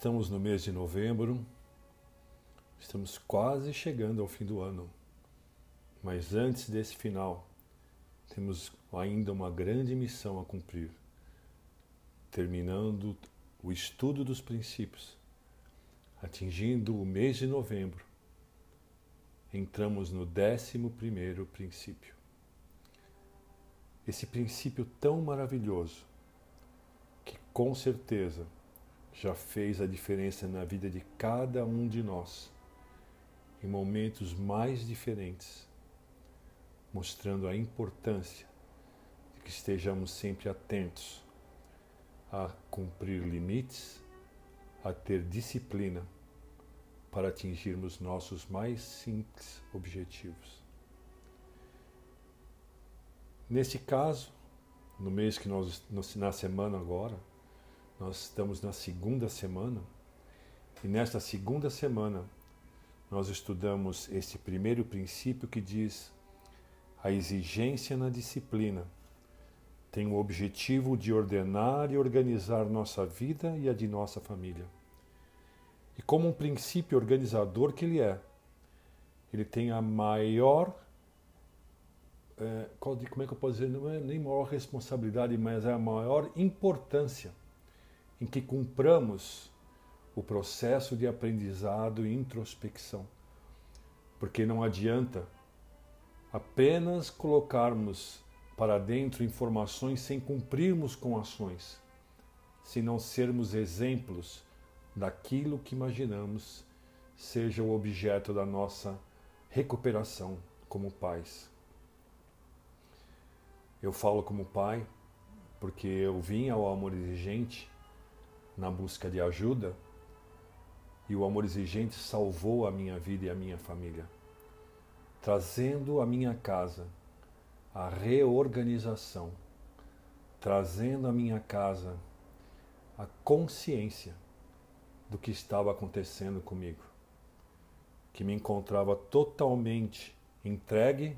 Estamos no mês de novembro, estamos quase chegando ao fim do ano, mas antes desse final, temos ainda uma grande missão a cumprir, terminando o estudo dos princípios, atingindo o mês de novembro, entramos no 11º princípio. Esse princípio tão maravilhoso, que com certeza já fez a diferença na vida de cada um de nós, em momentos mais diferentes, mostrando a importância de que estejamos sempre atentos a cumprir limites, a ter disciplina para atingirmos nossos mais simples objetivos. Nesse caso, no mês que na semana agora, nós estamos na segunda semana, e nesta segunda semana nós estudamos esse primeiro princípio que diz: a exigência na disciplina tem o objetivo de ordenar e organizar nossa vida e a de nossa família. E como um princípio organizador que ele tem a maior, como é que eu posso dizer, não é nem maior responsabilidade, mas é a maior importância em que cumpramos o processo de aprendizado e introspecção. Porque não adianta apenas colocarmos para dentro informações sem cumprirmos com ações, se não sermos exemplos daquilo que imaginamos seja o objeto da nossa recuperação como pais. Eu falo como pai porque eu vim ao Amor Exigente na busca de ajuda, e o Amor Exigente salvou a minha vida e a minha família, trazendo à minha casa a reorganização, trazendo à minha casa a consciência do que estava acontecendo comigo, que me encontrava totalmente entregue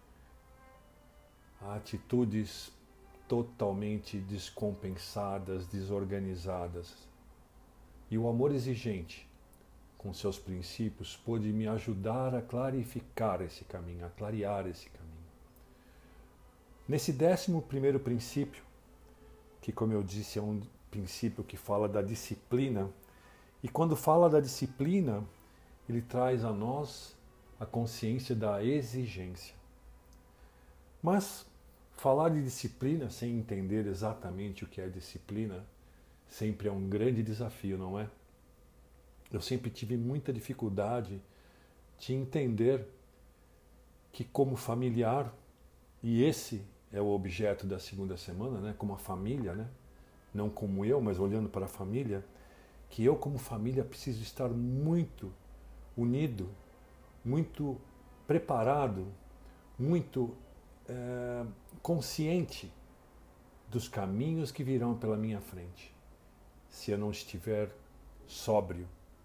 a atitudes totalmente descompensadas, desorganizadas. E o Amor Exigente, com seus princípios, pôde me ajudar a clarificar esse caminho, a clarear esse caminho. Nesse 11º princípio, que, como eu disse, é um princípio que fala da disciplina, e quando fala da disciplina, ele traz a nós a consciência da exigência. Mas falar de disciplina sem entender exatamente o que é disciplina sempre é um grande desafio, não é? Eu sempre tive muita dificuldade de entender que, como familiar, e esse é o objeto da segunda semana, né? Como a família, né? Não como eu, mas olhando para a família, que eu, como família, preciso estar muito unido, muito preparado, muito consciente dos caminhos que virão pela minha frente, se eu não estiver sóbrio,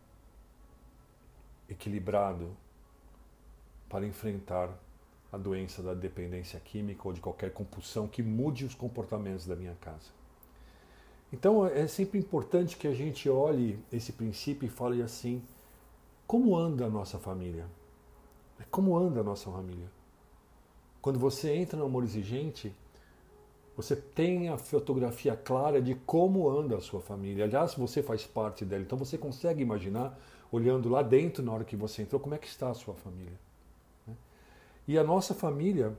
equilibrado, para enfrentar a doença da dependência química ou de qualquer compulsão que mude os comportamentos da minha casa. Então é sempre importante que a gente olhe esse princípio e fale assim: como anda a nossa família? Como anda a nossa família? Quando você entra no Amor Exigente, você tem a fotografia clara de como anda a sua família. Aliás, você faz parte dela, então você consegue imaginar, olhando lá dentro na hora que você entrou, como é que está a sua família. E a nossa família,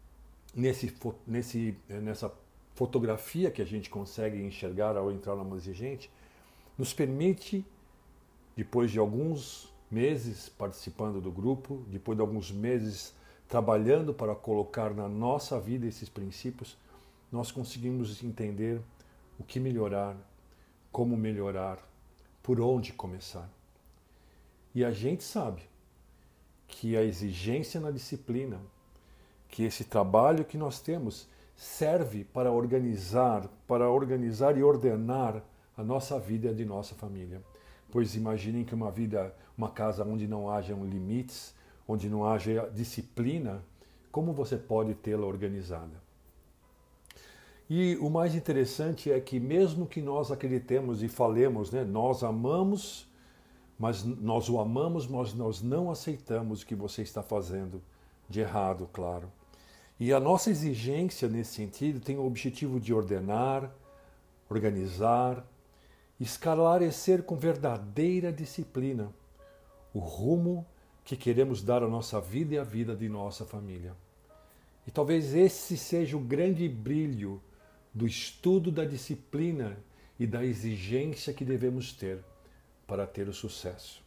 nessa fotografia que a gente consegue enxergar ao entrar no Amor Exigente, nos permite, depois de alguns meses participando do grupo, depois de alguns meses trabalhando para colocar na nossa vida esses princípios, nós conseguimos entender o que melhorar, como melhorar, por onde começar. E a gente sabe que a exigência na disciplina, que esse trabalho que nós temos serve para organizar e ordenar a nossa vida e a de nossa família. Pois imaginem que uma casa onde não hajam limites, onde não haja disciplina, como você pode tê-la organizada? E o mais interessante é que mesmo que nós acreditemos e falemos, né, nós amamos, mas nós o amamos, mas nós não aceitamos o que você está fazendo de errado, claro. E a nossa exigência nesse sentido tem o objetivo de ordenar, organizar, esclarecer com verdadeira disciplina o rumo que queremos dar à nossa vida e à vida de nossa família. E talvez esse seja o grande brilho do estudo da disciplina e da exigência que devemos ter para ter o sucesso.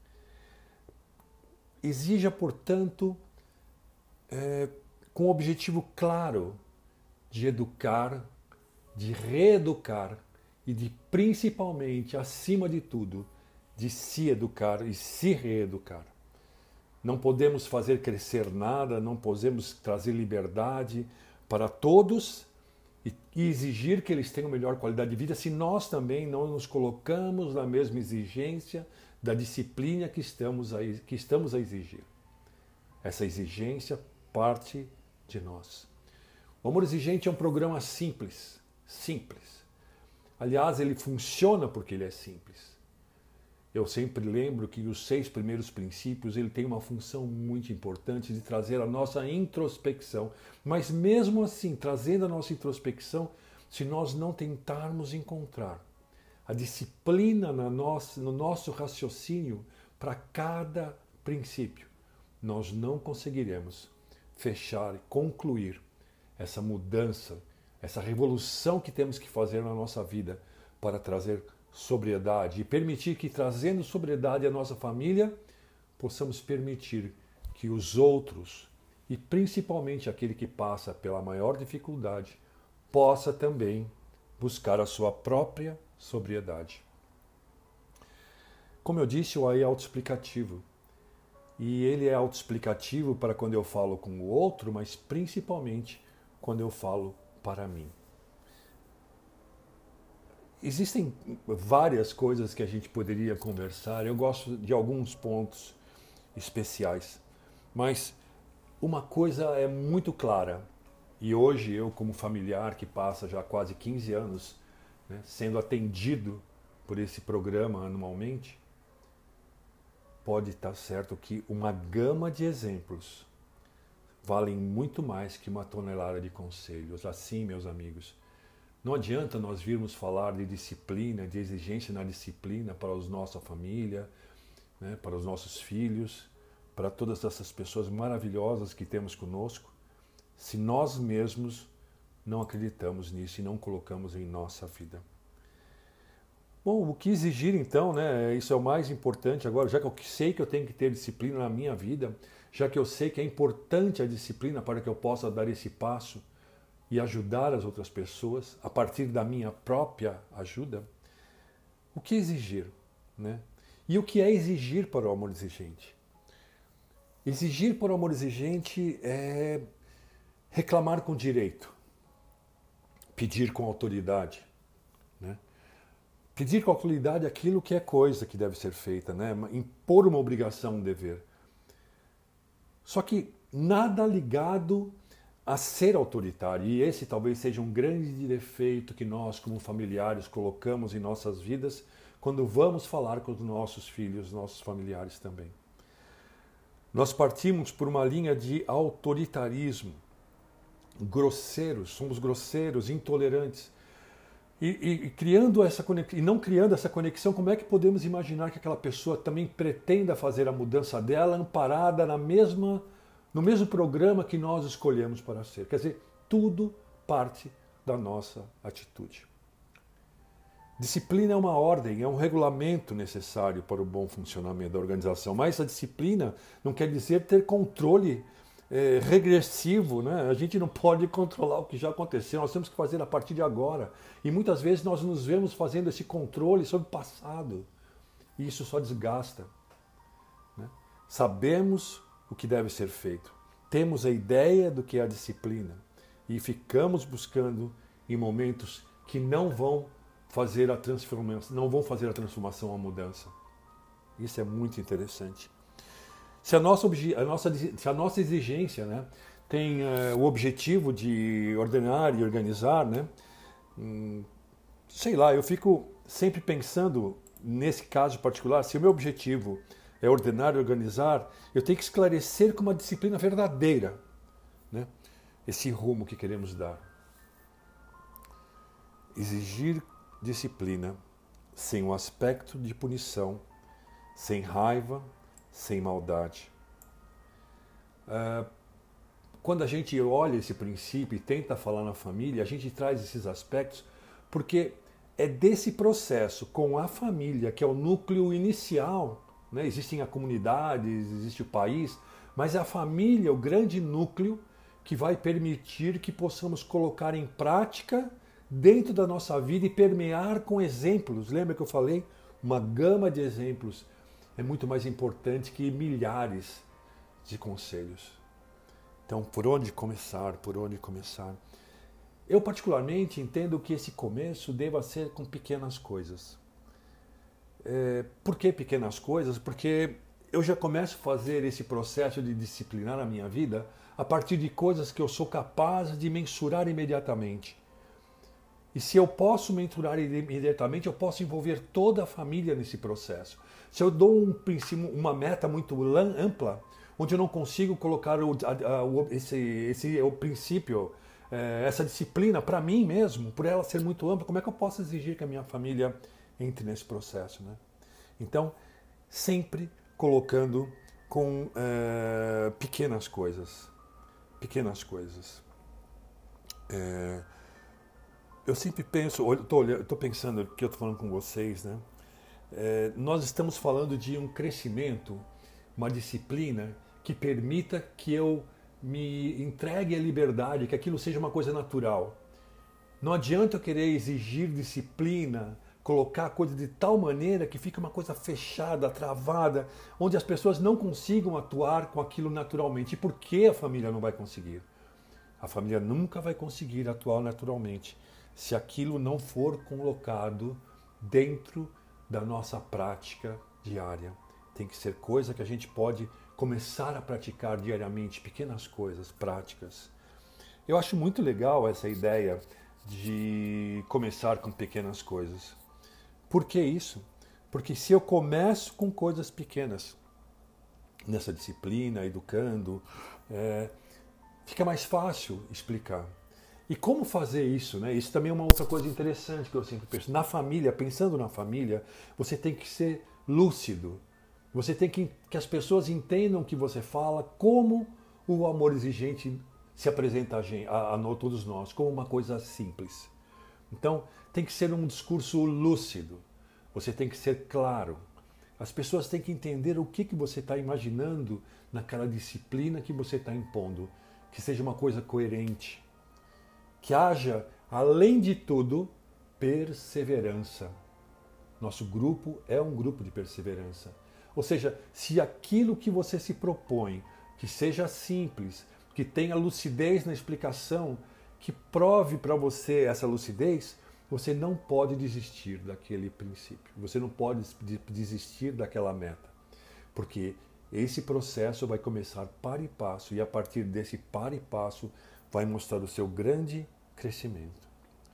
Exija, portanto, com o objetivo claro de educar, de reeducar e de, principalmente, acima de tudo, de se educar e se reeducar. Não podemos fazer crescer nada, não podemos trazer liberdade para todos e exigir que eles tenham melhor qualidade de vida se nós também não nos colocamos na mesma exigência da disciplina que estamos a exigir. Essa exigência parte de nós. O Amor Exigente é um programa simples. Aliás, ele funciona porque ele é simples. Eu sempre lembro que os 6 primeiros princípios ele tem uma função muito importante de trazer a nossa introspecção. Mas mesmo assim, trazendo a nossa introspecção, se nós não tentarmos encontrar a disciplina no nosso raciocínio para cada princípio, nós não conseguiremos fechar e concluir essa mudança, essa revolução que temos que fazer na nossa vida para trazer sobriedade e permitir que, trazendo sobriedade à nossa família, possamos permitir que os outros, e principalmente aquele que passa pela maior dificuldade, possa também buscar a sua própria sobriedade. Como eu disse, o AI é autoexplicativo. E ele é autoexplicativo para quando eu falo com o outro, mas principalmente quando eu falo para mim. Existem várias coisas que a gente poderia conversar. Eu gosto de alguns pontos especiais. Mas uma coisa é muito clara. E hoje eu, como familiar que passa já quase 15 anos, né, sendo atendido por esse programa anualmente, pode estar certo que uma gama de exemplos valem muito mais que uma tonelada de conselhos. Assim, meus amigos, não adianta nós virmos falar de disciplina, de exigência na disciplina para a nossa família, né, para os nossos filhos, para todas essas pessoas maravilhosas que temos conosco, se nós mesmos não acreditamos nisso e não colocamos em nossa vida. Bom, o que exigir então, né? Isso é o mais importante agora, já que eu sei que eu tenho que ter disciplina na minha vida, já que eu sei que é importante a disciplina para que eu possa dar esse passo e ajudar as outras pessoas a partir da minha própria ajuda, o que exigir, né? E o que é exigir para o amor exigente? Exigir para o amor exigente é reclamar com direito, pedir com autoridade, né? Pedir com autoridade aquilo que é coisa que deve ser feita, né? Impor uma obrigação, um dever. Só que nada ligado a ser autoritário, e esse talvez seja um grande defeito que nós, como familiares, colocamos em nossas vidas quando vamos falar com os nossos filhos, nossos familiares também. Nós partimos por uma linha de autoritarismo, grosseiros, somos grosseiros, intolerantes. Criando essa conexão, e não criando essa conexão, como é que podemos imaginar que aquela pessoa também pretenda fazer a mudança dela amparada no mesmo programa que nós escolhemos para ser? Quer dizer, tudo parte da nossa atitude. Disciplina é uma ordem, é um regulamento necessário para o bom funcionamento da organização, mas essa disciplina não quer dizer ter controle regressivo, né? A gente não pode controlar o que já aconteceu, nós temos que fazer a partir de agora. E muitas vezes nós nos vemos fazendo esse controle sobre o passado, e isso só desgasta, né? Sabemos o que deve ser feito, temos a ideia do que é a disciplina, e ficamos buscando em momentos que não vão fazer a transformação, a mudança. Isso é muito interessante. Se a nossa exigência, né, tem o objetivo de ordenar e organizar, né? Sei lá, eu fico sempre pensando, nesse caso particular, se o meu objetivo é ordenar e organizar, eu tenho que esclarecer com uma disciplina verdadeira, né, esse rumo que queremos dar. Exigir disciplina sem um aspecto de punição, sem raiva, sem maldade. Quando a gente olha esse princípio e tenta falar na família, a gente traz esses aspectos porque é desse processo com a família, que é o núcleo inicial, né? Existem as comunidades, existe o país, mas é a família, o grande núcleo que vai permitir que possamos colocar em prática dentro da nossa vida e permear com exemplos. Lembra que eu falei? Uma gama de exemplos é muito mais importante que milhares de conselhos. Então, por onde começar? Por onde começar? Eu particularmente entendo que esse começo deva ser com pequenas coisas. Por que pequenas coisas? Porque eu já começo a fazer esse processo de disciplinar a minha vida a partir de coisas que eu sou capaz de mensurar imediatamente. E se eu posso mensurar imediatamente, eu posso envolver toda a família nesse processo. Se eu dou uma meta muito ampla, onde eu não consigo colocar o princípio, essa disciplina para mim mesmo, por ela ser muito ampla, como é que eu posso exigir que a minha família entre nesse processo, né? Então, sempre colocando com pequenas coisas. Pequenas coisas. Eu sempre penso, estou pensando que eu estou falando com vocês, né? Nós estamos falando de um crescimento, uma disciplina que permita que eu me entregue à liberdade, que aquilo seja uma coisa natural. Não adianta eu querer exigir disciplina, colocar a coisa de tal maneira que fica uma coisa fechada, travada, onde as pessoas não consigam atuar com aquilo naturalmente. E por que a família não vai conseguir? A família nunca vai conseguir atuar naturalmente se aquilo não for colocado dentro da nossa prática diária. Tem que ser coisa que a gente pode começar a praticar diariamente, pequenas coisas, práticas. Eu acho muito legal essa ideia de começar com pequenas coisas. Por que isso? Porque se eu começo com coisas pequenas, nessa disciplina, educando, fica mais fácil explicar. E como fazer isso, né? Isso também é uma outra coisa interessante que eu sempre penso. Na família, pensando na família, você tem que ser lúcido. Você tem que as pessoas entendam o que você fala, como o amor exigente se apresenta a todos nós, como uma coisa simples. Então, tem que ser um discurso lúcido. Você tem que ser claro. As pessoas têm que entender o que você está imaginando naquela disciplina que você está impondo. Que seja uma coisa coerente. Que haja, além de tudo, perseverança. Nosso grupo é um grupo de perseverança. Ou seja, se aquilo que você se propõe, que seja simples, que tenha lucidez na explicação, que prove para você essa lucidez, você não pode desistir daquele princípio. Você não pode desistir daquela meta. Porque esse processo vai começar para e passo, e a partir desse para e passo vai mostrar o seu grande crescimento.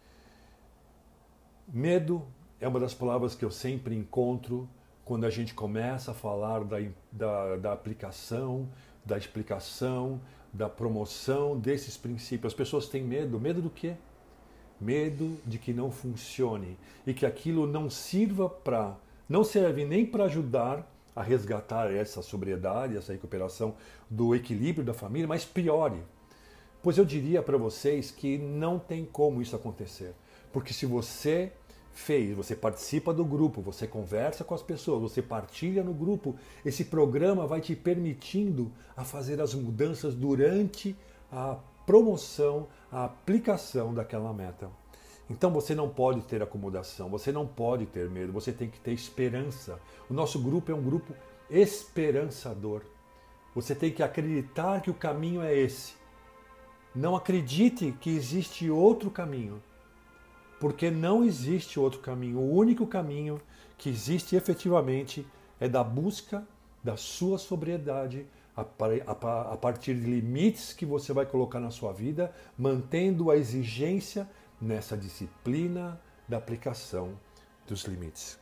Medo é uma das palavras que eu sempre encontro quando a gente começa a falar da aplicação, da explicação, da promoção desses princípios. As pessoas têm medo. Medo do quê? Medo de que não funcione e que aquilo não serve nem para ajudar a resgatar essa sobriedade, essa recuperação do equilíbrio da família, mas piore. Pois eu diria para vocês que não tem como isso acontecer. Porque se você você participa do grupo, você conversa com as pessoas, você partilha no grupo, esse programa vai te permitindo a fazer as mudanças durante a promoção, a aplicação daquela meta. Então você não pode ter acomodação, você não pode ter medo, você tem que ter esperança. O nosso grupo é um grupo esperançador. Você tem que acreditar que o caminho é esse. Não acredite que existe outro caminho. Porque não existe outro caminho. O único caminho que existe efetivamente é da busca da sua sobriedade a partir de limites que você vai colocar na sua vida, mantendo a exigência nessa disciplina da aplicação dos limites.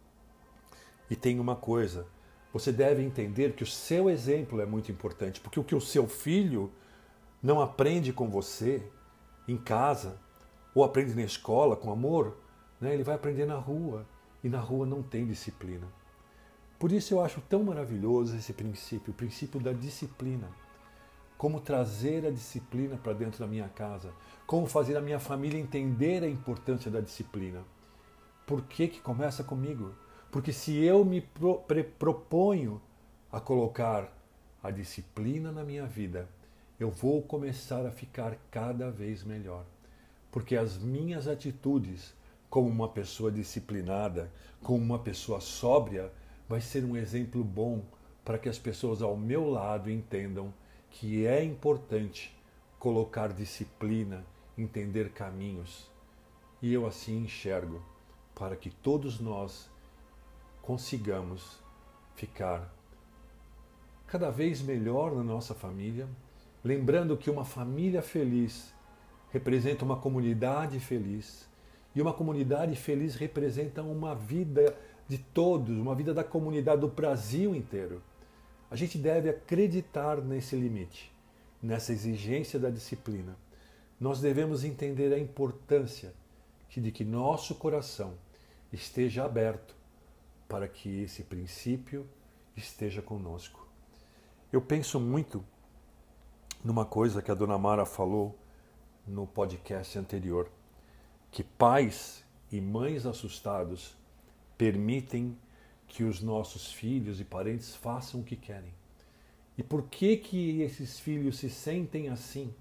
E tem uma coisa, você deve entender que o seu exemplo é muito importante, porque o que o seu filho não aprende com você em casa, ou aprende na escola com amor, né? Ele vai aprender na rua, e na rua não tem disciplina. Por isso eu acho tão maravilhoso esse princípio, o princípio da disciplina. Como trazer a disciplina para dentro da minha casa, como fazer a minha família entender a importância da disciplina. Por que que começa comigo? Porque se eu me proponho a colocar a disciplina na minha vida, eu vou começar a ficar cada vez melhor. Porque as minhas atitudes, como uma pessoa disciplinada, como uma pessoa sóbria, vai ser um exemplo bom para que as pessoas ao meu lado entendam que é importante colocar disciplina, entender caminhos. E eu assim enxergo, para que todos nós consigamos ficar cada vez melhor na nossa família, lembrando que uma família feliz representa uma comunidade feliz, e uma comunidade feliz representa uma vida de todos, uma vida da comunidade do Brasil inteiro. A gente deve acreditar nesse limite, nessa exigência da disciplina. Nós devemos entender a importância de que nosso coração esteja aberto para que esse princípio esteja conosco. Eu penso muito numa coisa que a Dona Mara falou no podcast anterior, que pais e mães assustados permitem que os nossos filhos e parentes façam o que querem. E por que que esses filhos se sentem assim?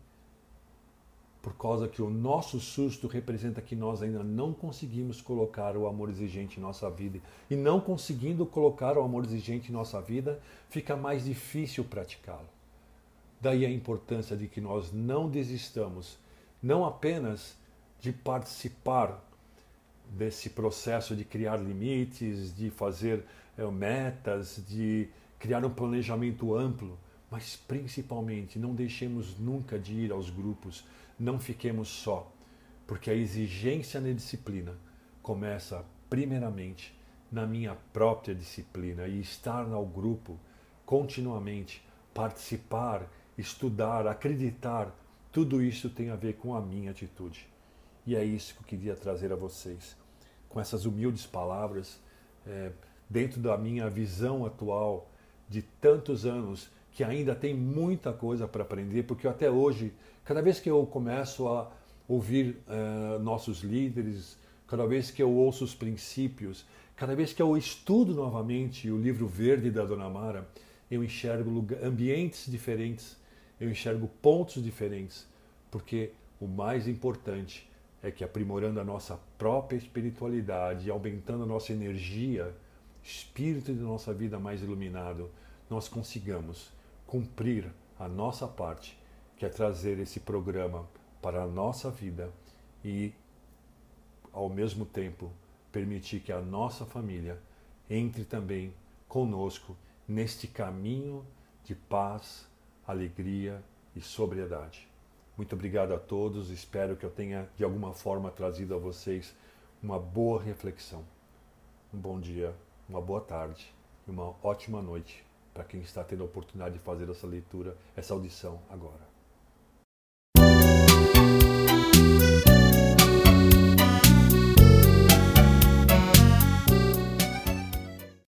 Por causa que o nosso susto representa que nós ainda não conseguimos colocar o amor exigente em nossa vida. E não conseguindo colocar o amor exigente em nossa vida, fica mais difícil praticá-lo. Daí a importância de que nós não desistamos, não apenas de participar desse processo de criar limites, de fazer metas, de criar um planejamento amplo, mas principalmente não deixemos nunca de ir aos grupos, não fiquemos só, porque a exigência na disciplina começa primeiramente na minha própria disciplina e estar no grupo continuamente, participar, estudar, acreditar, tudo isso tem a ver com a minha atitude. E é isso que eu queria trazer a vocês. Com essas humildes palavras, dentro da minha visão atual de tantos anos, que ainda tem muita coisa para aprender, porque eu, até hoje, cada vez que eu começo a ouvir nossos líderes, cada vez que eu ouço os princípios, cada vez que eu estudo novamente o livro verde da Dona Mara, eu enxergo ambientes diferentes, eu enxergo pontos diferentes, porque o mais importante é que, aprimorando a nossa própria espiritualidade, aumentando a nossa energia, espírito de nossa vida mais iluminado, nós consigamos cumprir a nossa parte, que é trazer esse programa para a nossa vida e, ao mesmo tempo, permitir que a nossa família entre também conosco neste caminho de paz, alegria e sobriedade. Muito obrigado a todos, espero que eu tenha de alguma forma trazido a vocês uma boa reflexão. Um bom dia, uma boa tarde e uma ótima noite para quem está tendo a oportunidade de fazer essa leitura, essa audição agora.